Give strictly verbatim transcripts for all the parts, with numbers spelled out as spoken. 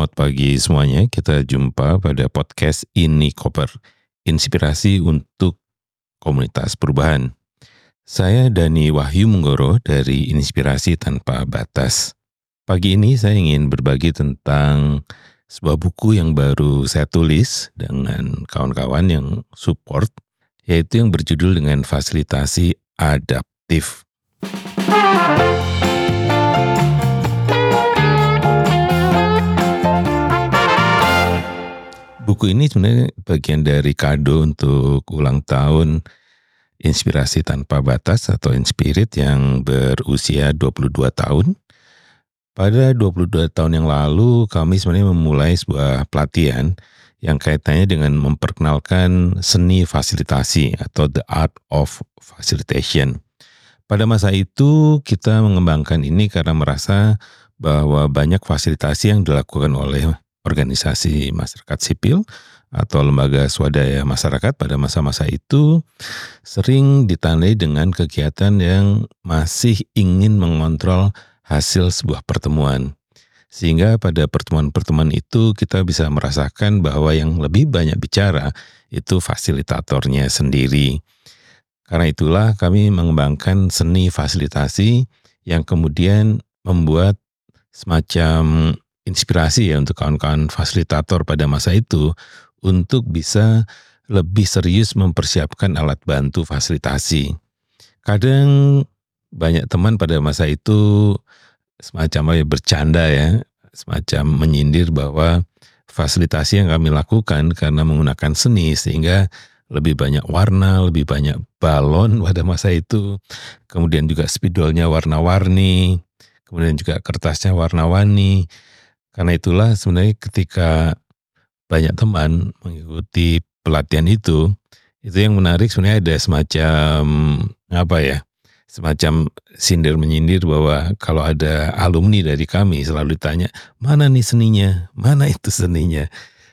selamat pagi semuanya. Kita jumpa pada podcast Ini Koper, inspirasi untuk komunitas perubahan. Saya Dani Wahyu Munggoro dari Inspirasi Tanpa Batas. Pagi ini saya ingin berbagi tentang sebuah buku yang baru saya tulis dengan kawan-kawan yang support, yaitu yang berjudul dengan fasilitasi adaptif. Buku ini sebenarnya bagian dari kado untuk ulang tahun Inspirasi Tanpa Batas atau Inspirit yang berusia dua puluh dua tahun. Pada dua puluh dua tahun yang lalu kami sebenarnya memulai sebuah pelatihan yang kaitannya dengan memperkenalkan seni fasilitasi atau the art of facilitation. Pada masa itu kita mengembangkan ini karena merasa bahwa banyak fasilitasi yang dilakukan oleh organisasi masyarakat sipil atau lembaga swadaya masyarakat pada masa-masa itu sering ditandai dengan kegiatan yang masih ingin mengontrol hasil sebuah pertemuan. Sehingga pada pertemuan-pertemuan itu kita bisa merasakan bahwa yang lebih banyak bicara itu fasilitatornya sendiri. Karena itulah kami mengembangkan seni fasilitasi yang kemudian membuat semacam inspirasi ya untuk kawan-kawan fasilitator pada masa itu untuk bisa lebih serius mempersiapkan alat bantu fasilitasi. Kadang banyak teman pada masa itu semacam ya bercanda ya, semacam menyindir bahwa fasilitasi yang kami lakukan karena menggunakan seni sehingga lebih banyak warna, lebih banyak balon pada masa itu, kemudian juga spidolnya warna-warni, kemudian juga kertasnya warna-warni. Karena itulah sebenarnya ketika banyak teman mengikuti pelatihan itu, itu yang menarik sebenarnya ada semacam apa ya, semacam sindir menyindir bahwa kalau ada alumni dari kami selalu ditanya, mana nih seninya, mana itu seninya.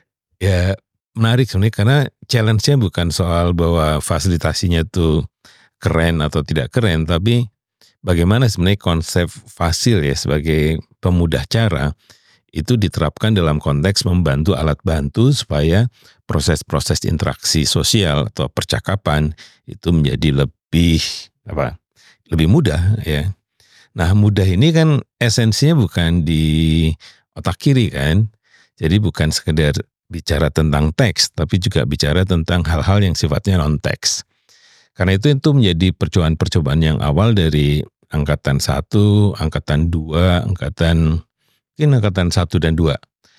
Ya menarik sebenarnya karena challenge-nya bukan soal bahwa fasilitasinya itu keren atau tidak keren, tapi bagaimana sebenarnya konsep fasil ya sebagai pemudah cara itu diterapkan dalam konteks membantu alat bantu supaya proses-proses interaksi sosial atau percakapan itu menjadi lebih apa? Lebih mudah ya. Nah, mudah ini kan esensinya bukan di otak kiri kan. Jadi bukan sekedar bicara tentang teks, tapi juga bicara tentang hal-hal yang sifatnya non teks. Karena itu itu menjadi percobaan-percobaan yang awal dari angkatan satu, angkatan dua, angkatan mungkin angkatan satu dan dua.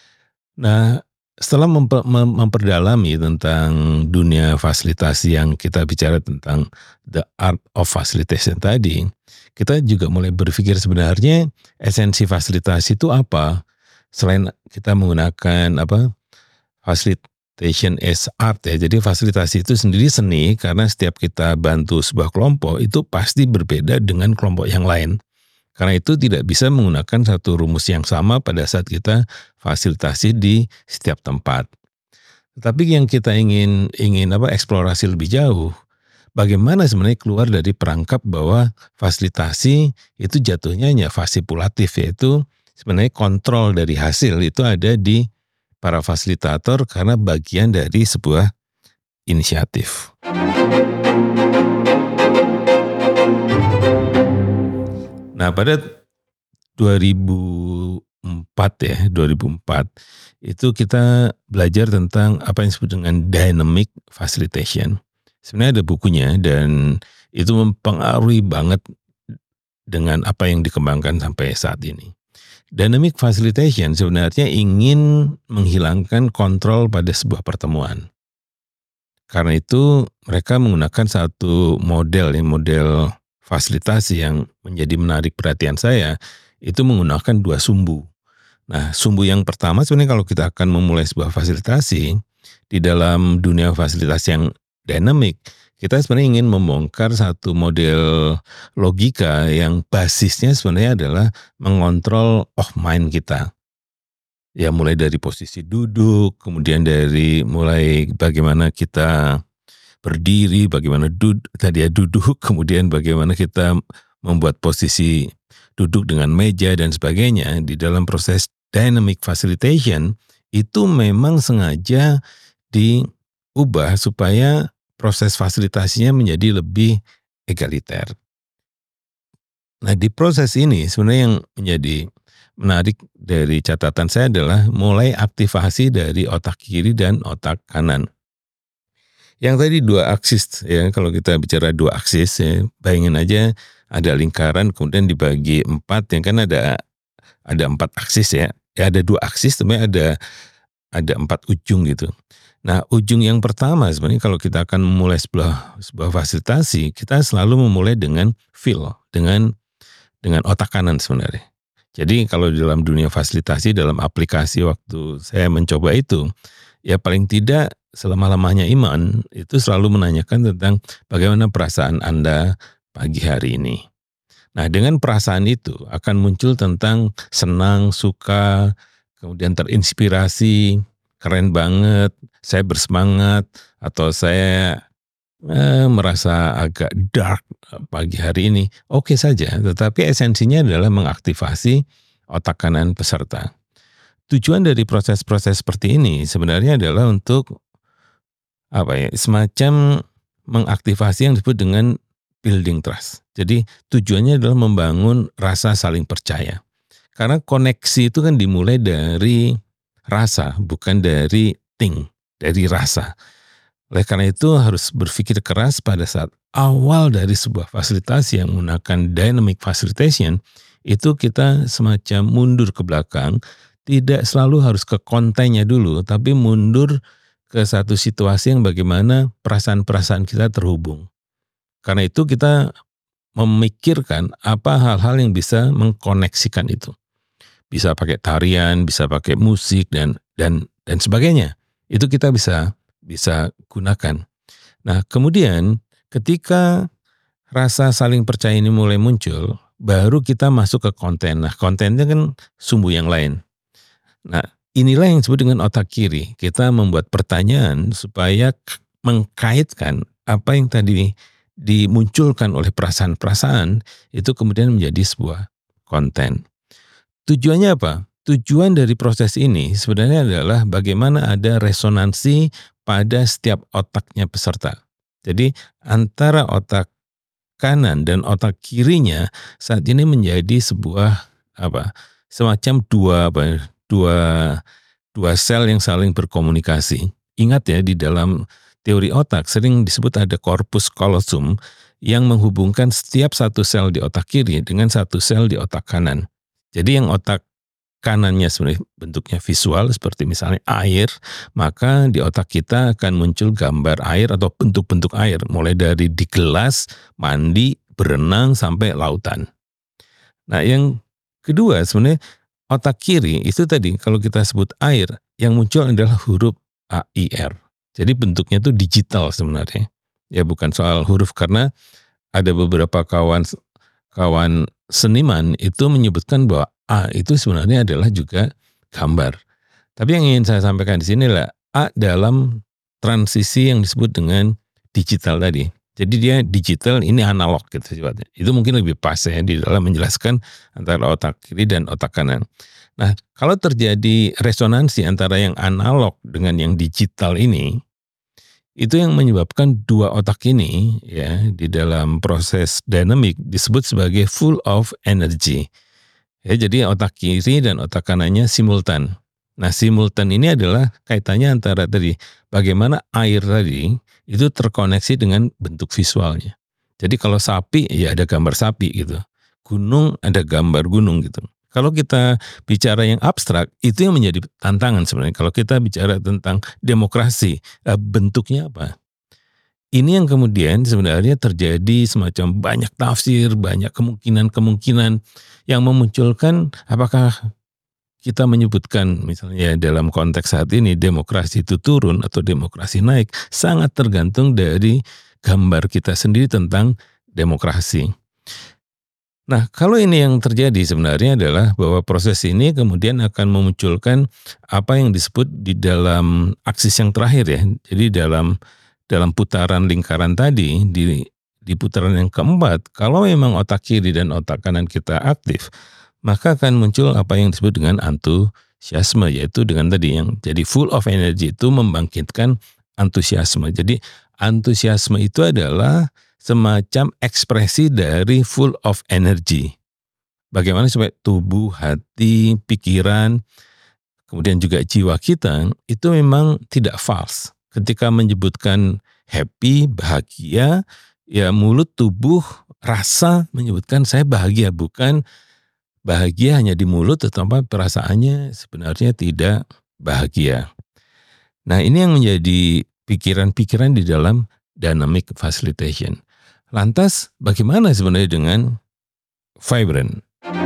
Nah, setelah memper, mem, memperdalami tentang dunia fasilitasi yang kita bicara tentang the art of facilitation tadi, kita juga mulai berpikir sebenarnya esensi fasilitasi itu apa? Selain kita menggunakan apa facilitation as art ya, jadi fasilitasi itu sendiri seni karena setiap kita bantu sebuah kelompok itu pasti berbeda dengan kelompok yang lain. Karena itu tidak bisa menggunakan satu rumus yang sama pada saat kita fasilitasi di setiap tempat. Tetapi yang kita ingin ingin apa eksplorasi lebih jauh, bagaimana sebenarnya keluar dari perangkap bahwa fasilitasi itu jatuhnya hanya fasipulatif, yaitu sebenarnya kontrol dari hasil itu ada di para fasilitator karena bagian dari sebuah inisiatif. Nah, pada dua ribu empat ya, dua ribu empat itu kita belajar tentang apa yang disebut dengan dynamic facilitation. Sebenarnya ada bukunya dan itu mempengaruhi banget dengan apa yang dikembangkan sampai saat ini. Dynamic facilitation sebenarnya ingin menghilangkan kontrol pada sebuah pertemuan. Karena itu mereka menggunakan satu model, ya, model fasilitasi yang menjadi menarik perhatian saya, itu menggunakan dua sumbu. Nah, sumbu yang pertama sebenarnya kalau kita akan memulai sebuah fasilitasi, di dalam dunia fasilitasi yang dynamic, kita sebenarnya ingin membongkar satu model logika yang basisnya sebenarnya adalah mengontrol of mind kita. Ya mulai dari posisi duduk, kemudian dari mulai bagaimana kita berdiri, bagaimana duduk, tadi ya duduk, kemudian bagaimana kita membuat posisi duduk dengan meja dan sebagainya di dalam proses dynamic facilitation itu memang sengaja diubah supaya proses fasilitasinya menjadi lebih egaliter. Nah, di proses ini sebenarnya yang menjadi menarik dari catatan saya adalah mulai aktivasi dari otak kiri dan otak kanan. Yang tadi dua aksis ya, kalau kita bicara dua aksis ya, bayangin aja ada lingkaran kemudian dibagi empat, yang kan ada ada empat aksis ya. Ya ada dua aksis tapi ada ada empat ujung gitu. Nah, ujung yang pertama sebenarnya kalau kita akan memulai sebuah sebuah fasilitasi, kita selalu memulai dengan feel, dengan dengan otak kanan sebenarnya. Jadi kalau dalam dunia fasilitasi, dalam aplikasi waktu saya mencoba itu, ya paling tidak selama-lamanya iman itu selalu menanyakan tentang bagaimana perasaan Anda pagi hari ini. Nah, dengan perasaan itu akan muncul tentang senang, suka, kemudian terinspirasi, keren banget, saya bersemangat, atau saya eh, merasa agak dark pagi hari ini. Oke saja, tetapi esensinya adalah mengaktifasi otak kanan peserta. Tujuan dari proses-proses seperti ini sebenarnya adalah untuk apa ya, semacam mengaktifasi yang disebut dengan building trust. Jadi tujuannya adalah membangun rasa saling percaya. Karena koneksi itu kan dimulai dari rasa, bukan dari thing, dari rasa. Oleh karena itu harus berpikir keras pada saat awal dari sebuah fasilitasi yang menggunakan dynamic facilitation, itu kita semacam mundur ke belakang, tidak selalu harus ke kontennya dulu, tapi mundur ke satu situasi yang bagaimana perasaan-perasaan kita terhubung. Karena itu kita memikirkan apa hal-hal yang bisa mengkoneksikan itu. Bisa pakai tarian, bisa pakai musik dan dan dan sebagainya. Itu kita bisa bisa gunakan. Nah, kemudian ketika rasa saling percaya ini mulai muncul, baru kita masuk ke konten. Nah, kontennya kan sumbu yang lain. Nah, inilah yang disebut dengan otak kiri. Kita membuat pertanyaan supaya mengkaitkan apa yang tadi dimunculkan oleh perasaan-perasaan itu kemudian menjadi sebuah konten. Tujuannya apa? Tujuan dari proses ini sebenarnya adalah bagaimana ada resonansi pada setiap otaknya peserta. Jadi antara otak kanan dan otak kirinya saat ini menjadi sebuah apa? Semacam dua apa? Dua dua sel yang saling berkomunikasi. Ingat ya, di dalam teori otak sering disebut ada corpus callosum yang menghubungkan setiap satu sel di otak kiri dengan satu sel di otak kanan. Jadi yang otak kanannya sebenarnya bentuknya visual seperti misalnya air, maka di otak kita akan muncul gambar air atau bentuk-bentuk air, mulai dari di gelas, mandi, berenang, sampai lautan. Nah, yang kedua sebenarnya otak kiri itu tadi kalau kita sebut air, yang muncul adalah huruf A I R. Jadi bentuknya itu digital sebenarnya. Ya bukan soal huruf, karena ada beberapa kawan kawan seniman itu menyebutkan bahwa A itu sebenarnya adalah juga gambar. Tapi yang ingin saya sampaikan di sini adalah A dalam transisi yang disebut dengan digital tadi. Jadi dia digital, ini analog gitu sifatnya. Itu mungkin lebih pas ya di dalam menjelaskan antara otak kiri dan otak kanan. Nah, kalau terjadi resonansi antara yang analog dengan yang digital ini, itu yang menyebabkan dua otak ini ya di dalam proses dynamic disebut sebagai full of energy. Ya, jadi otak kiri dan otak kanannya simultan. Nah, simultan ini adalah kaitannya antara tadi bagaimana air tadi itu terkoneksi dengan bentuk visualnya. Jadi kalau sapi ya ada gambar sapi gitu. Gunung ada gambar gunung gitu. Kalau kita bicara yang abstrak, itu yang menjadi tantangan sebenarnya. Kalau kita bicara tentang demokrasi, bentuknya apa? Ini yang kemudian sebenarnya terjadi semacam banyak tafsir, banyak kemungkinan-kemungkinan yang memunculkan apakah kita menyebutkan misalnya dalam konteks saat ini demokrasi itu turun atau demokrasi naik, sangat tergantung dari gambar kita sendiri tentang demokrasi. Nah, kalau ini yang terjadi sebenarnya adalah bahwa proses ini kemudian akan memunculkan apa yang disebut di dalam aksis yang terakhir ya. Jadi dalam dalam putaran lingkaran tadi, di di putaran yang keempat, kalau memang otak kiri dan otak kanan kita aktif, maka akan muncul apa yang disebut dengan antusiasme, yaitu dengan tadi yang jadi full of energy itu membangkitkan antusiasme. Jadi antusiasme itu adalah semacam ekspresi dari full of energy. Bagaimana supaya tubuh, hati, pikiran, kemudian juga jiwa kita itu memang tidak false. Ketika menyebutkan happy, bahagia, ya mulut, tubuh, rasa menyebutkan saya bahagia, bukan bahagia hanya di mulut tetapi perasaannya sebenarnya tidak bahagia. Nah, ini yang menjadi pikiran-pikiran di dalam dynamic facilitation. Lantas bagaimana sebenarnya dengan vibrant?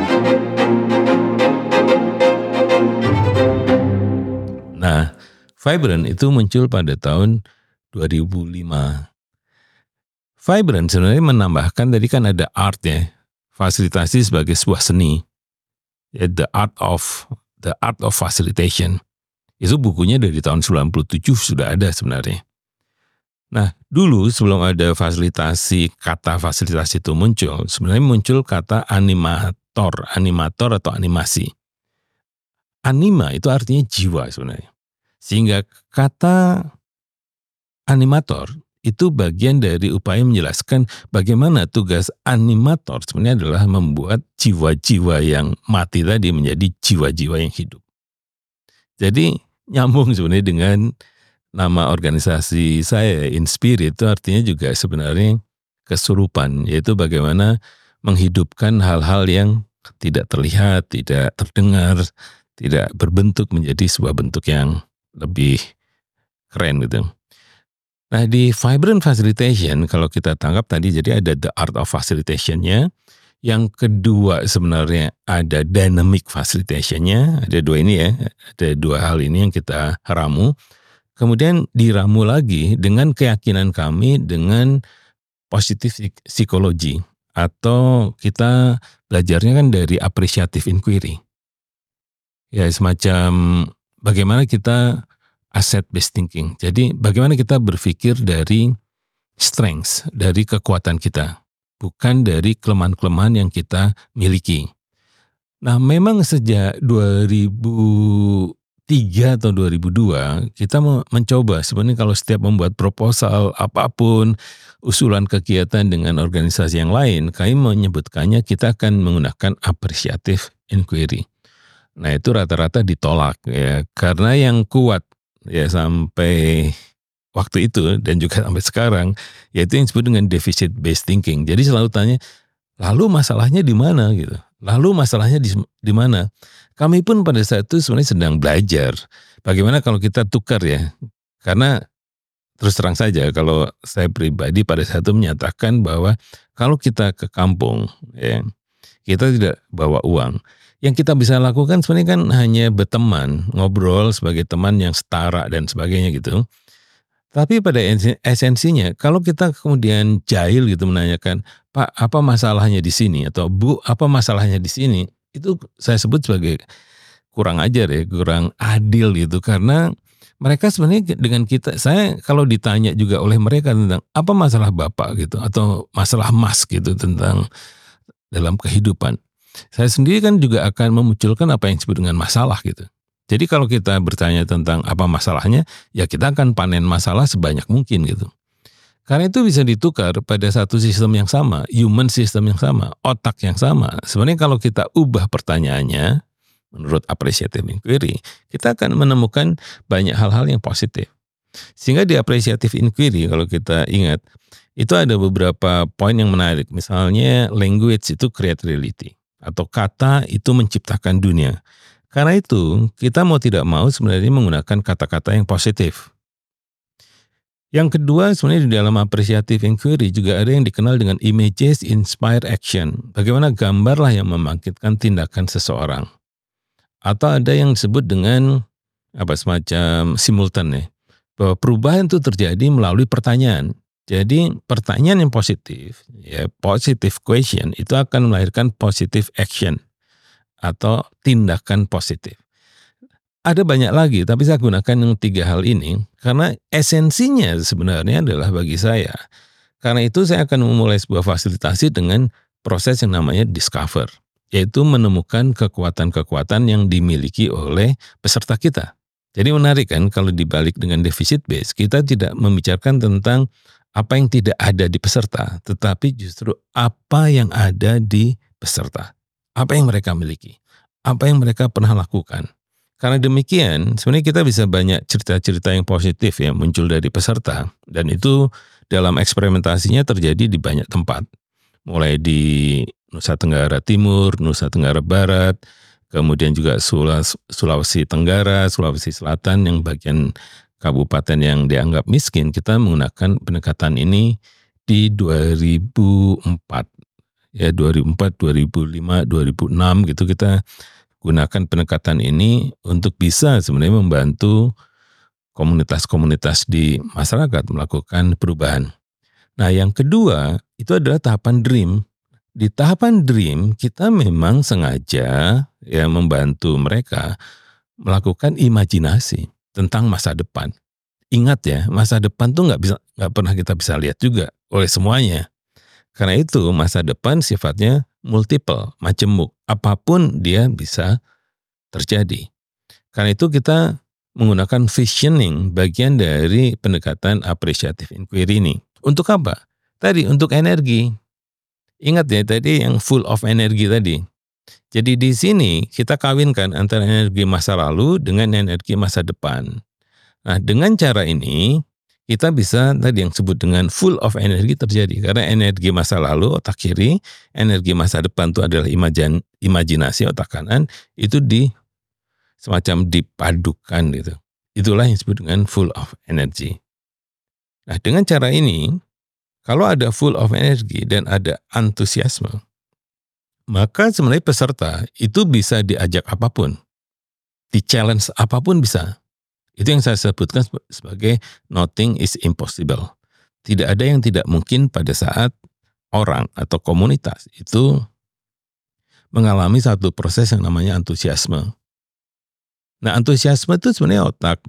Nah, vibrant itu muncul pada tahun dua ribu lima. Vibrant sebenarnya menambahkan, tadi kan ada art ya, fasilitasi sebagai sebuah seni. Ya, the art of the art of facilitation. Itu bukunya dari tahun sembilan puluh tujuh sudah ada sebenarnya. Nah, dulu sebelum ada fasilitasi, kata fasilitasi itu muncul, sebenarnya muncul kata animator, animator atau animasi. Anima itu artinya jiwa sebenarnya. Sehingga kata animator itu bagian dari upaya menjelaskan bagaimana tugas animator sebenarnya adalah membuat jiwa-jiwa yang mati tadi menjadi jiwa-jiwa yang hidup. Jadi nyambung sebenarnya dengan nama organisasi saya, Inspirit, itu artinya juga sebenarnya kesurupan, yaitu bagaimana menghidupkan hal-hal yang tidak terlihat, tidak terdengar, tidak berbentuk menjadi sebuah bentuk yang lebih keren gitu. Nah, di vibrant facilitation kalau kita tangkap tadi, jadi ada the art of facilitation-nya. Yang kedua sebenarnya ada dynamic facilitation-nya. Ada dua ini ya, ada dua hal ini yang kita ramu. Kemudian diramu lagi dengan keyakinan kami dengan positive psychology. Atau kita belajarnya kan dari appreciative inquiry. Ya, semacam bagaimana kita asset based thinking. Jadi bagaimana kita berpikir dari strengths, dari kekuatan kita, bukan dari kelemahan-kelemahan yang kita miliki. Nah, memang sejak dua ribu tiga atau dua ribu dua kita mencoba sebenarnya kalau setiap membuat proposal apapun, usulan kegiatan dengan organisasi yang lain, kami menyebutkannya kita akan menggunakan appreciative inquiry. Nah, itu rata-rata ditolak ya, karena yang kuat ya sampai waktu itu dan juga sampai sekarang, yaitu yang disebut dengan deficit based thinking. Jadi selalu tanya, lalu masalahnya di mana gitu? Lalu masalahnya di, di mana? Kami pun pada saat itu sebenarnya sedang belajar. Bagaimana kalau kita tukar ya? Karena terus terang saja kalau saya pribadi pada saat itu menyatakan bahwa kalau kita ke kampung, ya, kita tidak bawa uang. Yang kita bisa lakukan sebenarnya kan hanya berteman, ngobrol sebagai teman yang setara dan sebagainya gitu. Tapi pada esensinya, kalau kita kemudian jahil gitu menanyakan, Pak, apa masalahnya di sini? Atau Bu, apa masalahnya di sini? Itu saya sebut sebagai kurang ajar ya, kurang adil gitu. Karena mereka sebenarnya dengan kita, saya kalau ditanya juga oleh mereka tentang apa masalah Bapak gitu, atau masalah Mas gitu tentang dalam kehidupan. Saya sendiri kan juga akan memunculkan apa yang disebut dengan masalah gitu. Jadi kalau kita bertanya tentang apa masalahnya, ya kita akan panen masalah sebanyak mungkin gitu. Karena itu bisa ditukar pada satu sistem yang sama, human system yang sama, otak yang sama. Sebenarnya kalau kita ubah pertanyaannya, menurut appreciative inquiry, kita akan menemukan banyak hal-hal yang positif. Sehingga di appreciative inquiry, kalau kita ingat, itu ada beberapa poin yang menarik. Misalnya language itu create reality. Atau kata itu menciptakan dunia. Karena itu kita mau tidak mau sebenarnya menggunakan kata-kata yang positif. Yang kedua sebenarnya di dalam appreciative inquiry juga ada yang dikenal dengan images inspire action. Bagaimana gambarlah yang membangkitkan tindakan seseorang. Atau ada yang disebut dengan apa semacam simultan ya. Bahwa perubahan itu terjadi melalui pertanyaan. Jadi pertanyaan yang positif, ya positive question itu akan melahirkan positive action atau tindakan positif. Ada banyak lagi, tapi saya gunakan yang tiga hal ini karena esensinya sebenarnya adalah bagi saya. Karena itu saya akan memulai sebuah fasilitasi dengan proses yang namanya discover. yaitu menemukan kekuatan-kekuatan yang dimiliki oleh peserta kita. Jadi menarik kan kalau dibalik dengan deficit base, kita tidak membicarakan tentang apa yang tidak ada di peserta, tetapi justru apa yang ada di peserta. Apa yang mereka miliki, apa yang mereka pernah lakukan. Karena demikian, sebenarnya kita bisa banyak cerita-cerita yang positif yang muncul dari peserta, dan itu dalam eksperimentasinya terjadi di banyak tempat. Mulai di Nusa Tenggara Timur, Nusa Tenggara Barat, kemudian juga Sulawesi Tenggara, Sulawesi Selatan yang bagian kabupaten yang dianggap miskin, kita menggunakan pendekatan ini di dua ribu empat. Ya dua ribu empat, dua ribu lima, dua ribu enam gitu kita gunakan pendekatan ini untuk bisa sebenarnya membantu komunitas-komunitas di masyarakat melakukan perubahan. Nah, yang kedua itu adalah tahapan dream. Di tahapan dream kita memang sengaja ya membantu mereka melakukan imajinasi tentang masa depan. Ingat ya, masa depan tuh nggak bisa nggak pernah kita bisa lihat juga oleh semuanya. Karena itu masa depan sifatnya multiple, majemuk, apapun dia bisa terjadi. Karena itu kita menggunakan visioning, bagian dari pendekatan appreciative inquiry ini. Untuk apa? Tadi untuk energi. Ingat ya tadi yang full of energi tadi. Jadi di sini kita kawinkan antara energi masa lalu dengan energi masa depan. Nah dengan cara ini kita bisa tadi yang disebut dengan full of energi terjadi. Karena energi masa lalu otak kiri, energi masa depan itu adalah imajin, imajinasi otak kanan, itu di semacam dipadukan gitu. Itulah yang disebut dengan full of energy. Nah dengan cara ini, kalau ada full of energy dan ada antusiasme, maka sebenarnya peserta itu bisa diajak apapun, di challenge apapun bisa. Itu yang saya sebutkan sebagai nothing is impossible. Tidak ada yang tidak mungkin pada saat orang atau komunitas itu mengalami satu proses yang namanya antusiasme. Nah antusiasme itu sebenarnya otak,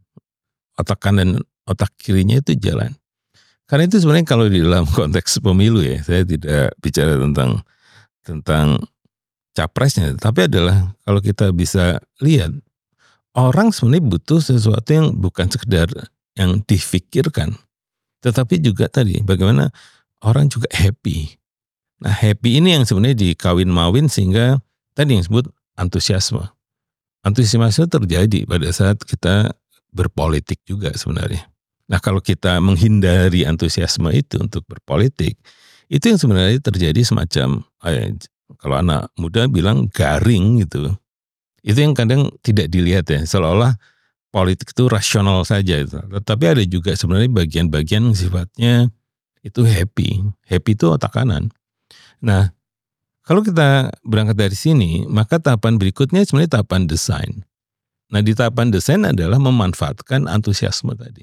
otak kanan, otak kirinya itu jalan. Karena itu sebenarnya kalau di dalam konteks pemilu ya, saya tidak bicara tentang tentang capresnya, tapi adalah kalau kita bisa lihat, orang sebenarnya butuh sesuatu yang bukan sekedar yang difikirkan, tetapi juga tadi bagaimana orang juga happy. Nah happy ini yang sebenarnya dikawin-mawin sehingga tadi yang disebut antusiasme. Antusiasme terjadi pada saat kita berpolitik juga sebenarnya. Nah kalau kita menghindari antusiasme itu untuk berpolitik, itu yang sebenarnya terjadi semacam, eh, kalau anak muda bilang garing gitu. Itu yang kadang tidak dilihat ya, seolah-olah politik itu rasional saja. Tetapi ada juga sebenarnya bagian-bagian sifatnya itu happy. Happy itu otak kanan. Nah, kalau kita berangkat dari sini, maka tahapan berikutnya sebenarnya tahapan desain. Nah, di tahapan desain adalah memanfaatkan antusiasme tadi.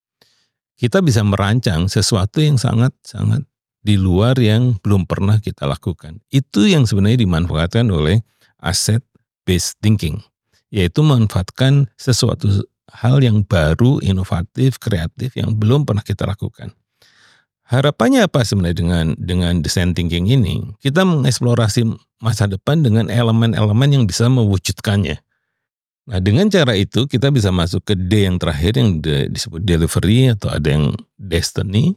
Kita bisa merancang sesuatu yang sangat-sangat di luar yang belum pernah kita lakukan. Itu yang sebenarnya dimanfaatkan oleh asset based thinking, yaitu memanfaatkan sesuatu hal yang baru, inovatif, kreatif yang belum pernah kita lakukan. Harapannya apa sebenarnya dengan dengan design thinking ini? Kita mengeksplorasi masa depan dengan elemen-elemen yang bisa mewujudkannya. Nah, dengan cara itu kita bisa masuk ke D yang terakhir yang disebut delivery atau ada yang destiny.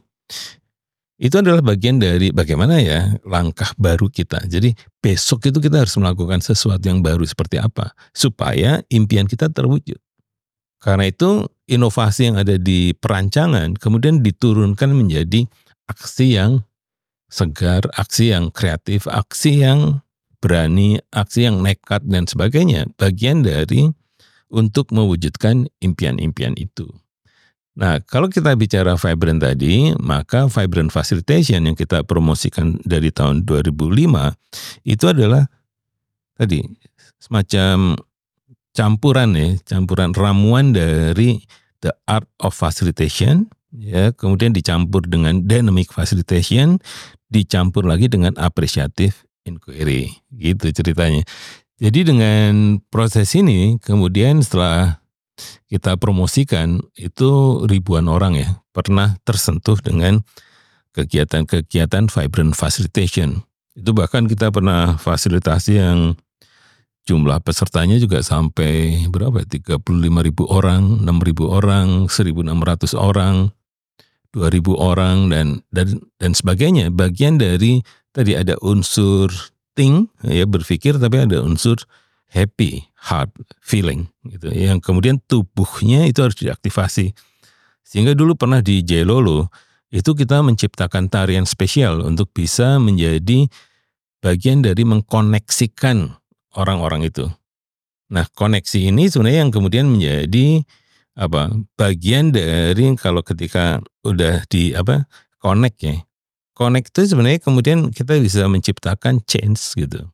Itu adalah bagian dari bagaimana ya langkah baru kita. Jadi besok itu kita harus melakukan sesuatu yang baru seperti apa supaya impian kita terwujud. Karena itu inovasi yang ada di perancangan kemudian diturunkan menjadi aksi yang segar, aksi yang kreatif, aksi yang berani, aksi yang nekat dan sebagainya. Bagian dari untuk mewujudkan impian-impian itu. Nah, kalau kita bicara Vibrant tadi, maka Vibrant Facilitation yang kita promosikan dari tahun dua ribu lima itu adalah tadi semacam campuran ya, campuran ramuan dari the art of facilitation, ya, kemudian dicampur dengan dynamic facilitation, dicampur lagi dengan appreciative inquiry, gitu ceritanya. Jadi dengan proses ini, kemudian setelah kita promosikan itu ribuan orang ya pernah tersentuh dengan kegiatan-kegiatan Vibrant Facilitation. Itu bahkan kita pernah fasilitasi yang jumlah pesertanya juga sampai berapa ya, tiga puluh lima ribu orang, enam ribu orang, seribu enam ratus orang, dua ribu orang, dan dan dan sebagainya. Bagian dari tadi ada unsur think, ya berpikir, tapi ada unsur happy, heart, feeling gitu. Yang kemudian tubuhnya itu harus diaktifasi. Sehingga dulu pernah di Jailolo, itu kita menciptakan tarian spesial untuk bisa menjadi bagian dari mengkoneksikan orang-orang itu. Nah, koneksi ini sebenarnya yang kemudian menjadi apa? Bagian dari kalau ketika udah di apa? Connect ya. Connect itu sebenarnya kemudian kita bisa menciptakan change gitu.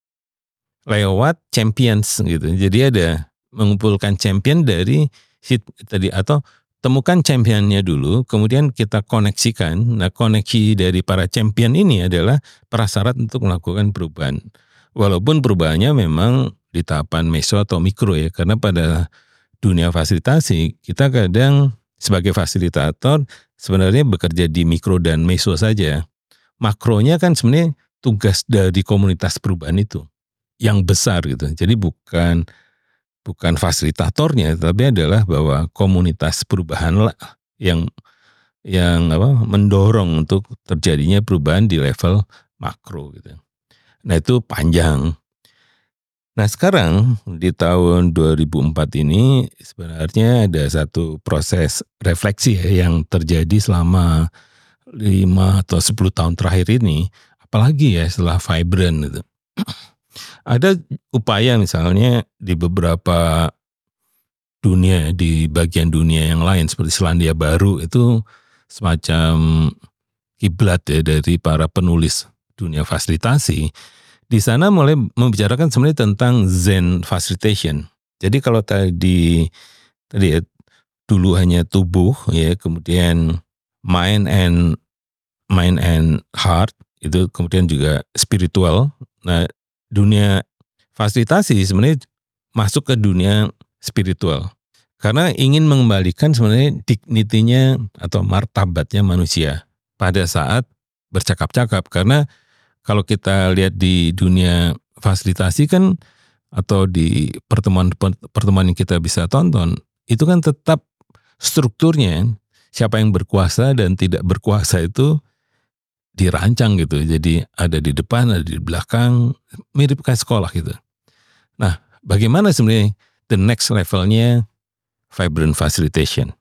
Lewat champions gitu. Jadi ada mengumpulkan champion dari tadi, atau temukan championnya dulu, kemudian kita koneksikan. Nah, koneksi dari para champion ini adalah prasyarat untuk melakukan perubahan. Walaupun perubahannya memang di tahapan meso atau mikro ya, karena pada dunia fasilitasi kita kadang sebagai fasilitator sebenarnya bekerja di mikro dan meso saja. Makronya kan sebenarnya tugas dari komunitas perubahan itu yang besar gitu. Jadi bukan bukan fasilitatornya, tapi adalah bahwa komunitas perubahan lah yang yang apa mendorong untuk terjadinya perubahan di level makro gitu. Nah, itu panjang. Nah, sekarang di tahun dua ribu empat ini sebenarnya ada satu proses refleksi ya yang terjadi selama lima atau sepuluh tahun terakhir ini, apalagi ya setelah Vibrant gitu. Ada upaya misalnya di beberapa dunia, di bagian dunia yang lain seperti Selandia Baru, itu semacam kiblat ya dari para penulis dunia fasilitasi. Di sana mulai membicarakan sebenarnya tentang Zen facilitation. Jadi kalau tadi tadi ya, dulu hanya tubuh ya, kemudian mind and mind and heart, itu kemudian juga spiritual. Nah, dunia fasilitasi sebenarnya masuk ke dunia spiritual. Karena ingin mengembalikan sebenarnya dignity-nya atau martabatnya manusia pada saat bercakap-cakap. Karena kalau kita lihat di dunia fasilitasi kan, atau di pertemuan-pertemuan yang kita bisa tonton, itu kan tetap strukturnya siapa yang berkuasa dan tidak berkuasa itu dirancang gitu. Jadi ada di depan, ada di belakang, mirip kayak sekolah gitu. Nah, bagaimana sebenarnya the next levelnya Vibrant Facilitation?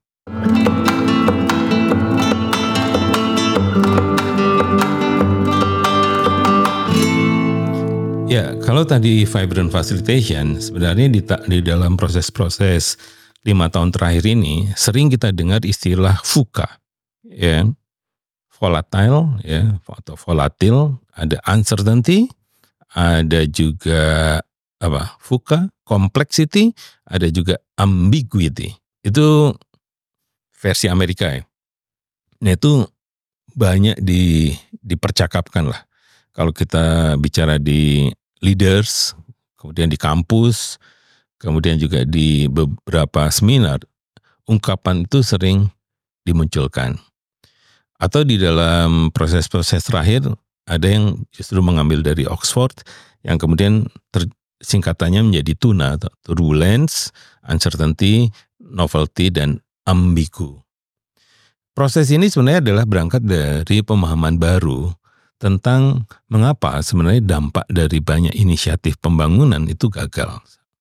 Ya, kalau tadi Vibrant Facilitation, sebenarnya di, di dalam proses-proses lima tahun terakhir ini, sering kita dengar istilah VUCA, ya, volatile, ya, atau volatil, ada uncertainty, ada juga apa, VUCA, complexity, ada juga ambiguity. Itu versi Amerika ya. Nah, itu banyak di, dipercakapkan lah. Kalau kita bicara di leaders, kemudian di kampus, kemudian juga di beberapa seminar, ungkapan itu sering dimunculkan. Atau di dalam proses-proses terakhir, ada yang justru mengambil dari Oxford, yang kemudian ter, singkatannya menjadi TUNA, atau turbulence, uncertainty, novelty, dan ambigu. Proses ini sebenarnya adalah berangkat dari pemahaman baru tentang mengapa sebenarnya dampak dari banyak inisiatif pembangunan itu gagal.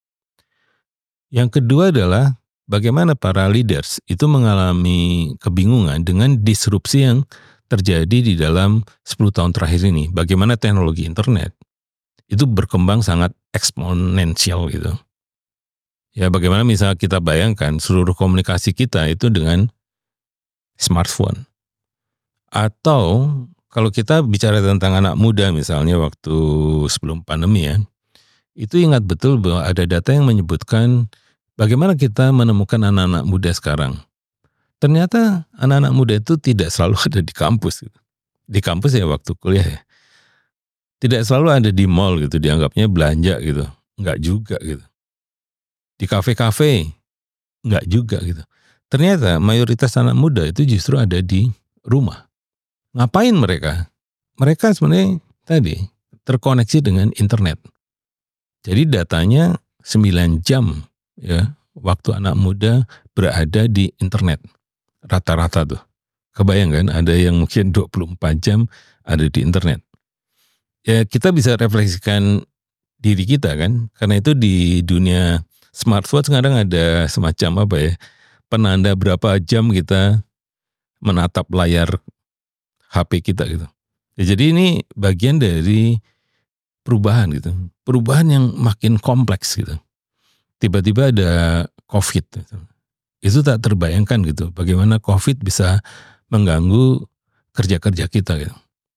Yang kedua adalah bagaimana para leaders itu mengalami kebingungan dengan disrupsi yang terjadi di dalam sepuluh tahun terakhir ini. Bagaimana teknologi internet itu berkembang sangat eksponensial gitu. Ya, bagaimana misalnya kita bayangkan seluruh komunikasi kita itu dengan smartphone. Atau kalau kita bicara tentang anak muda misalnya waktu sebelum pandemi ya, itu ingat betul bahwa ada data yang menyebutkan bagaimana kita menemukan anak-anak muda sekarang. Ternyata anak-anak muda itu tidak selalu ada di kampus. Di kampus ya waktu kuliah ya. Tidak selalu ada di mall gitu, dianggapnya belanja gitu. Enggak juga gitu. Di kafe-kafe, enggak juga gitu. Ternyata mayoritas anak muda itu justru ada di rumah. Ngapain mereka? Mereka sebenarnya tadi terkoneksi dengan internet. Jadi datanya sembilan jam ya, waktu anak muda berada di internet. Rata-rata tuh. Kebayang kan ada yang mungkin dua puluh empat jam ada di internet. Ya kita bisa refleksikan diri kita kan, karena itu di dunia smartphone sekarang ada semacam apa ya, penanda berapa jam kita menatap layar H P kita gitu. Ya, jadi ini bagian dari perubahan gitu, perubahan yang makin kompleks gitu. Tiba-tiba ada COVID gitu. Itu tak terbayangkan gitu, bagaimana COVID bisa mengganggu kerja-kerja kita gitu.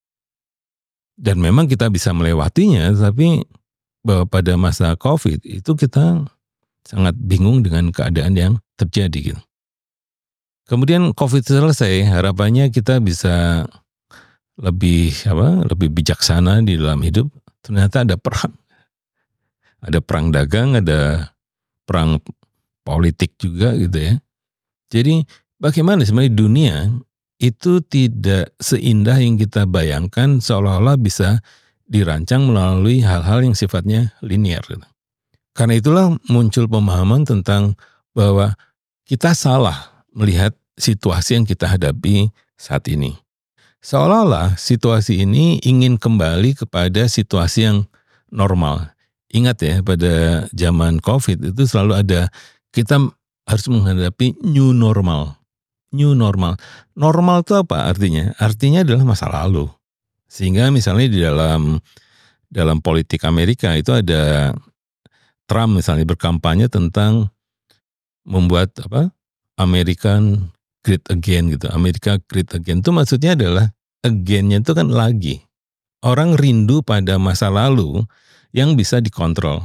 Dan memang kita bisa melewatinya, tapi bahwa pada masa COVID itu kita sangat bingung dengan keadaan yang terjadi gitu. Kemudian COVID selesai, harapannya kita bisa lebih apa? Lebih bijaksana di dalam hidup. Ternyata ada perang. Ada perang dagang, ada perang politik juga gitu ya. Jadi bagaimana sebenarnya dunia itu tidak seindah yang kita bayangkan, seolah-olah bisa dirancang melalui hal-hal yang sifatnya linear gitu. Karena itulah muncul pemahaman tentang bahwa kita salah melihat situasi yang kita hadapi saat ini. Seolah-olah situasi ini ingin kembali kepada situasi yang normal. Ingat ya, pada zaman COVID itu selalu ada, kita harus menghadapi new normal. New normal. Normal itu apa artinya? Artinya adalah masa lalu. Sehingga misalnya di dalam dalam politik Amerika itu ada Trump misalnya berkampanye tentang membuat apa? American Great Again gitu. Amerika Great Again itu maksudnya adalah again-nya itu kan lagi. Orang rindu pada masa lalu yang bisa dikontrol.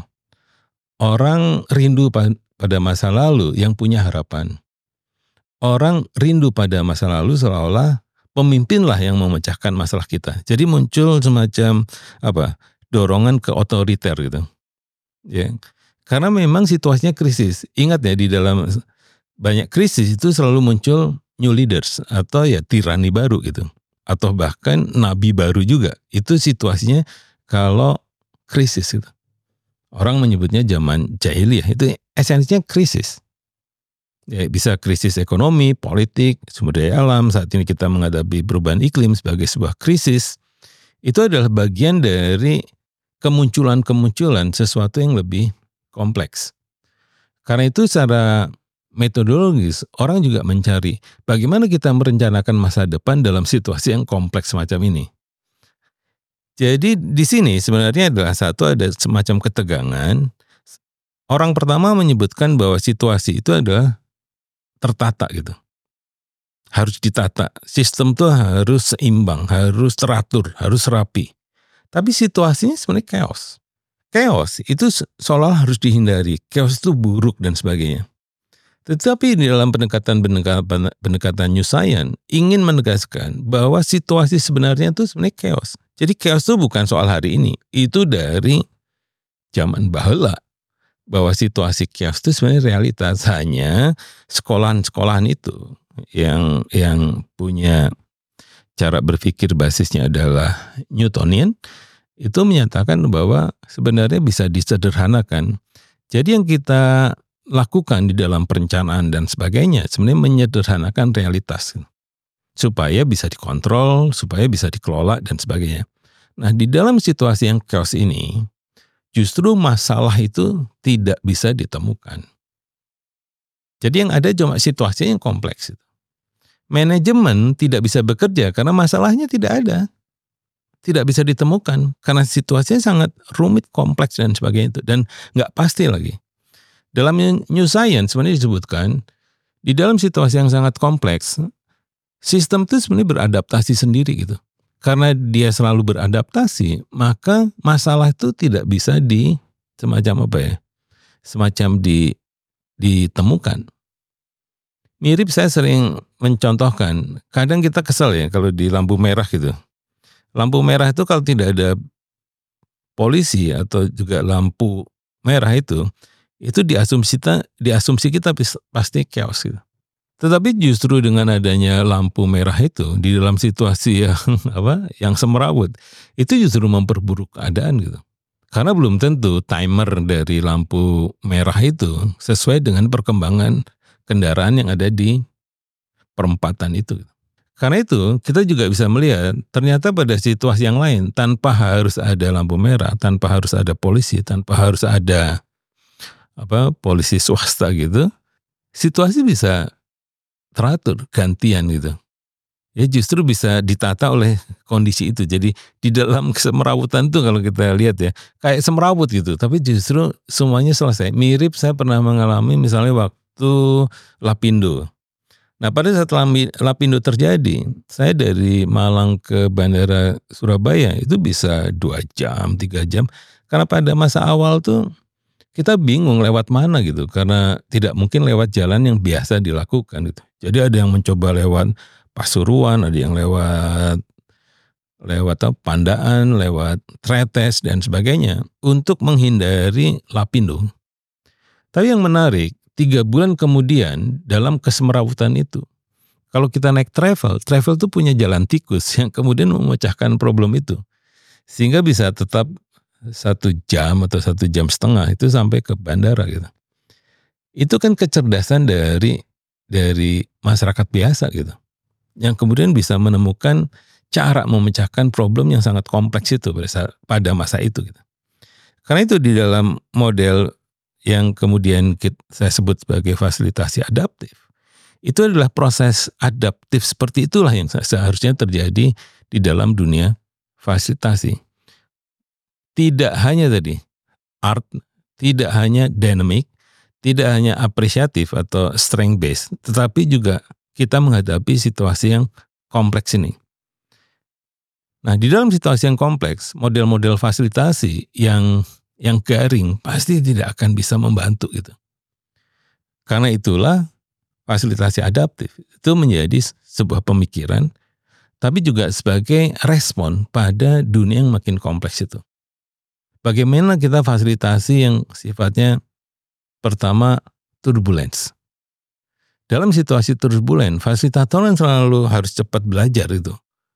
Orang rindu pada masa lalu yang punya harapan. Orang rindu pada masa lalu seolah-olah pemimpinlah yang memecahkan masalah kita. Jadi muncul semacam apa? Dorongan ke otoriter gitu. Ya. Karena memang situasinya krisis. Ingat ya, di dalam banyak krisis itu selalu muncul new leaders atau ya tirani baru gitu. Atau bahkan nabi baru juga. Itu situasinya kalau krisis gitu. Orang menyebutnya zaman jahiliyah, itu esensinya krisis. Ya, bisa krisis ekonomi, politik, sumber daya alam. Saat ini kita menghadapi perubahan iklim sebagai sebuah krisis. Itu adalah bagian dari kemunculan-kemunculan sesuatu yang lebih kompleks. Karena itu secara metodologis, orang juga mencari bagaimana kita merencanakan masa depan dalam situasi yang kompleks semacam ini. Jadi di sini sebenarnya adalah satu, ada semacam ketegangan. Orang pertama menyebutkan bahwa situasi itu adalah tertata gitu. Harus ditata. Sistem itu harus seimbang, harus teratur, harus rapi. Tapi situasinya sebenarnya chaos. Chaos itu seolah harus dihindari. Chaos itu buruk dan sebagainya. Tetapi di dalam pendekatan-pendekatan pendekatan New Science ingin menegaskan bahwa situasi sebenarnya itu sebenarnya chaos. Jadi chaos itu bukan soal hari ini. Itu dari zaman baheula. Bahwa situasi chaos itu sebenarnya realitas, hanya sekolahan-sekolahan itu yang yang punya cara berpikir basisnya adalah Newtonian itu menyatakan bahwa sebenarnya bisa disederhanakan. Jadi yang kita lakukan di dalam perencanaan dan sebagainya sebenarnya menyederhanakan realitas supaya bisa dikontrol, supaya bisa dikelola dan sebagainya. Nah, di dalam situasi yang chaos ini justru masalah itu tidak bisa ditemukan. Jadi yang ada cuma situasinya yang kompleks. Manajemen tidak bisa bekerja karena masalahnya tidak ada. Tidak bisa ditemukan karena situasinya sangat rumit, kompleks dan sebagainya itu. Dan nggak pasti lagi. Dalam New Science sebenarnya disebutkan, di dalam situasi yang sangat kompleks, sistem itu sebenarnya beradaptasi sendiri gitu. Karena dia selalu beradaptasi, maka masalah itu tidak bisa di semacam apa ya, semacam di ditemukan. Mirip saya sering mencontohkan, kadang kita kesal ya kalau di lampu merah gitu. Lampu merah itu kalau tidak ada polisi atau juga lampu merah itu, itu diasumsi kita, diasumsi kita pasti chaos gitu. Tetapi justru dengan adanya lampu merah itu di dalam situasi yang apa, yang semrawut, itu justru memperburuk keadaan gitu. Karena belum tentu timer dari lampu merah itu sesuai dengan perkembangan kendaraan yang ada di perempatan itu. Karena itu kita juga bisa melihat ternyata pada situasi yang lain tanpa harus ada lampu merah, tanpa harus ada polisi, tanpa harus ada apa polisi swasta gitu, situasi bisa teratur, gantian gitu. Ya justru bisa ditata oleh kondisi itu. Jadi di dalam kesemrawutan tuh kalau kita lihat ya, kayak semrawut gitu, tapi justru semuanya selesai. Mirip saya pernah mengalami misalnya waktu Lapindo. Nah pada saat Lapindo terjadi, saya dari Malang ke Bandara Surabaya itu bisa dua jam, tiga jam. Karena pada masa awal tuh kita bingung lewat mana gitu, karena tidak mungkin lewat jalan yang biasa dilakukan gitu. Jadi ada yang mencoba lewat Pasuruan, ada yang lewat lewat apa, Pandaan, lewat Tretes dan sebagainya untuk menghindari Lapindo. Tapi yang menarik, tiga bulan kemudian dalam kesemrawutan itu, kalau kita naik travel, travel itu punya jalan tikus yang kemudian memecahkan problem itu. Sehingga bisa tetap satu jam atau satu jam setengah itu sampai ke bandara gitu. Itu kan kecerdasan dari dari masyarakat biasa gitu, yang kemudian bisa menemukan cara memecahkan problem yang sangat kompleks itu pada saat, pada masa itu gitu. Karena itu di dalam model yang kemudian kita, saya sebut sebagai fasilitasi adaptif, itu adalah proses adaptif seperti itulah yang seharusnya terjadi di dalam dunia fasilitasi. Tidak hanya tadi art, tidak hanya dynamic, tidak hanya apresiatif atau strength based, tetapi juga kita menghadapi situasi yang kompleks ini. Nah, di dalam situasi yang kompleks, model-model fasilitasi yang yang garing pasti tidak akan bisa membantu gitu. Karena itulah fasilitasi adaptif itu menjadi sebuah pemikiran, tapi juga sebagai respon pada dunia yang makin kompleks itu. Bagaimana kita fasilitasi yang sifatnya pertama turbulence. Dalam situasi turbulent, fasilitator yang selalu harus cepat belajar itu.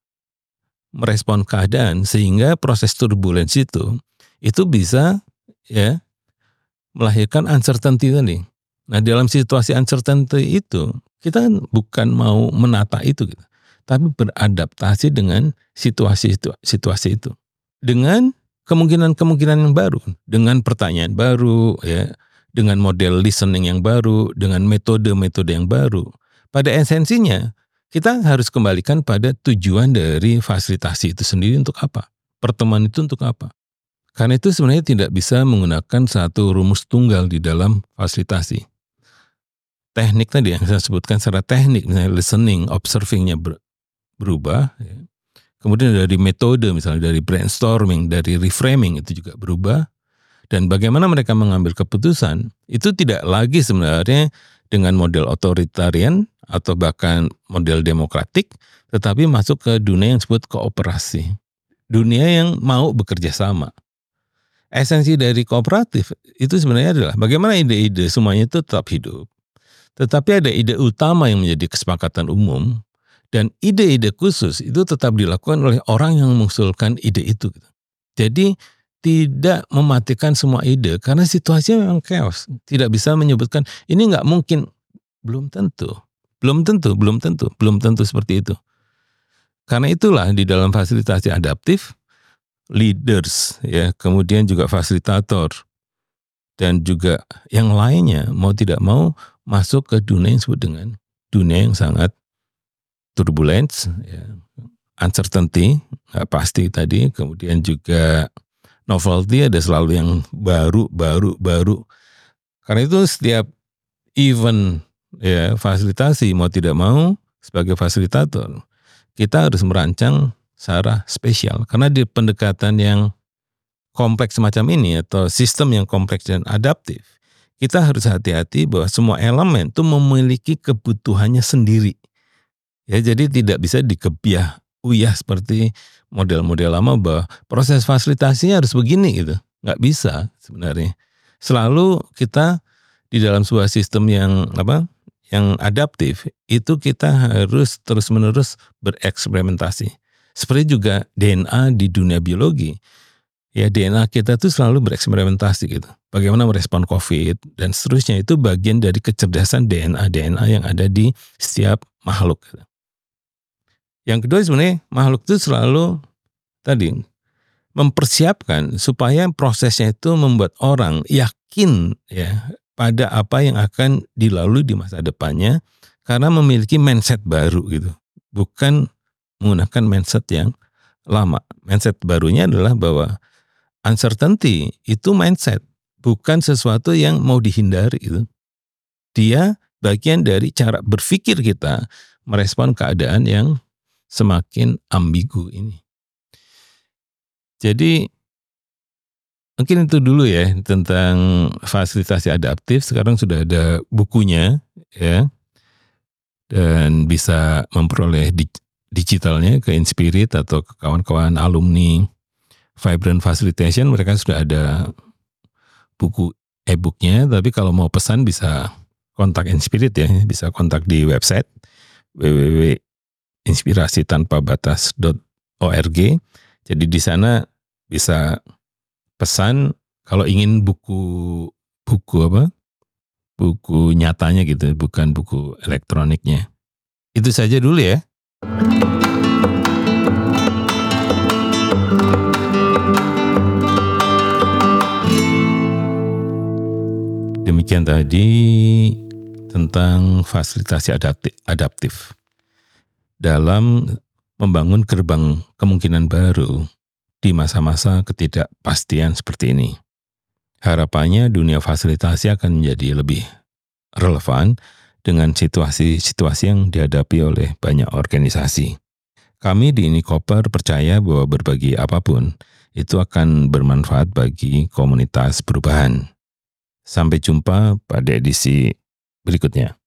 Merespon keadaan sehingga proses turbulence itu, itu bisa ya melahirkan uncertainty tadi. Nah dalam situasi uncertainty itu, kita kan bukan mau menata itu gitu, tapi beradaptasi dengan situasi-situasi itu. Dengan kemungkinan-kemungkinan yang baru, dengan pertanyaan baru, ya, dengan model listening yang baru, dengan metode-metode yang baru. Pada esensinya, kita harus kembalikan pada tujuan dari fasilitasi itu sendiri untuk apa? Pertemuan itu untuk apa? Karena itu sebenarnya tidak bisa menggunakan satu rumus tunggal di dalam fasilitasi. Teknik tadi yang saya sebutkan secara teknik, misalnya listening, observing-nya berubah, ya. Kemudian dari metode, misalnya dari brainstorming, dari reframing itu juga berubah. Dan bagaimana mereka mengambil keputusan, itu tidak lagi sebenarnya dengan model otoritarian atau bahkan model demokratik, tetapi masuk ke dunia yang disebut kooperasi. Dunia yang mau bekerja sama. Esensi dari kooperatif itu sebenarnya adalah bagaimana ide-ide semuanya itu tetap hidup. Tetapi ada ide utama yang menjadi kesepakatan umum, dan ide-ide khusus itu tetap dilakukan oleh orang yang mengusulkan ide itu. Jadi tidak mematikan semua ide karena situasinya memang chaos. Tidak bisa menyebutkan ini nggak mungkin, belum tentu, belum tentu, belum tentu, belum tentu seperti itu. Karena itulah di dalam fasilitasi adaptif, leaders, ya, kemudian juga fasilitator dan juga yang lainnya mau tidak mau masuk ke dunia yang disebut dengan dunia yang sangat turbulence, ya, uncertainty, nggak pasti tadi, kemudian juga novelty, ada selalu yang baru, baru, baru. Karena itu setiap event ya fasilitasi mau tidak mau sebagai fasilitator, kita harus merancang secara spesial. Karena di pendekatan yang kompleks semacam ini atau sistem yang kompleks dan adaptif, kita harus hati-hati bahwa semua elemen itu memiliki kebutuhannya sendiri. Ya, jadi tidak bisa dikebiah uyah seperti model-model lama bahwa proses fasilitasinya harus begini gitu. Nggak bisa sebenarnya. Selalu kita di dalam sebuah sistem yang apa, yang adaptif, itu kita harus terus-menerus bereksperimentasi. Seperti juga D N A di dunia biologi. Ya, D N A kita tuh selalu bereksperimentasi gitu. Bagaimana merespon COVID dan seterusnya, itu bagian dari kecerdasan D N A-D N A yang ada di setiap makhluk. Yang kedua sebenarnya makhluk itu selalu tadi mempersiapkan supaya prosesnya itu membuat orang yakin ya pada apa yang akan dilalui di masa depannya karena memiliki mindset baru gitu. Bukan menggunakan mindset yang lama. Mindset barunya adalah bahwa uncertainty itu mindset, bukan sesuatu yang mau dihindari gitu. Dia bagian dari cara berpikir kita merespon keadaan yang semakin ambigu ini. Jadi mungkin itu dulu ya tentang fasilitasi adaptif. Sekarang sudah ada bukunya ya, dan bisa memperoleh di, digitalnya ke Inspirit atau ke kawan-kawan alumni Vibrant Facilitation. Mereka sudah ada buku e-booknya, tapi kalau mau pesan bisa kontak Inspirit ya, bisa kontak di website w w w titik inspirasi tanpa batas titik org. Jadi di sana bisa pesan kalau ingin buku buku apa? Buku nyatanya gitu, bukan buku elektroniknya. Itu saja dulu ya. Demikian tadi tentang fasilitasi adaptif dalam membangun gerbang kemungkinan baru di masa-masa ketidakpastian seperti ini. Harapannya dunia fasilitasi akan menjadi lebih relevan dengan situasi-situasi yang dihadapi oleh banyak organisasi. Kami di Unikoper percaya bahwa berbagi apapun itu akan bermanfaat bagi komunitas perubahan. Sampai jumpa pada edisi berikutnya.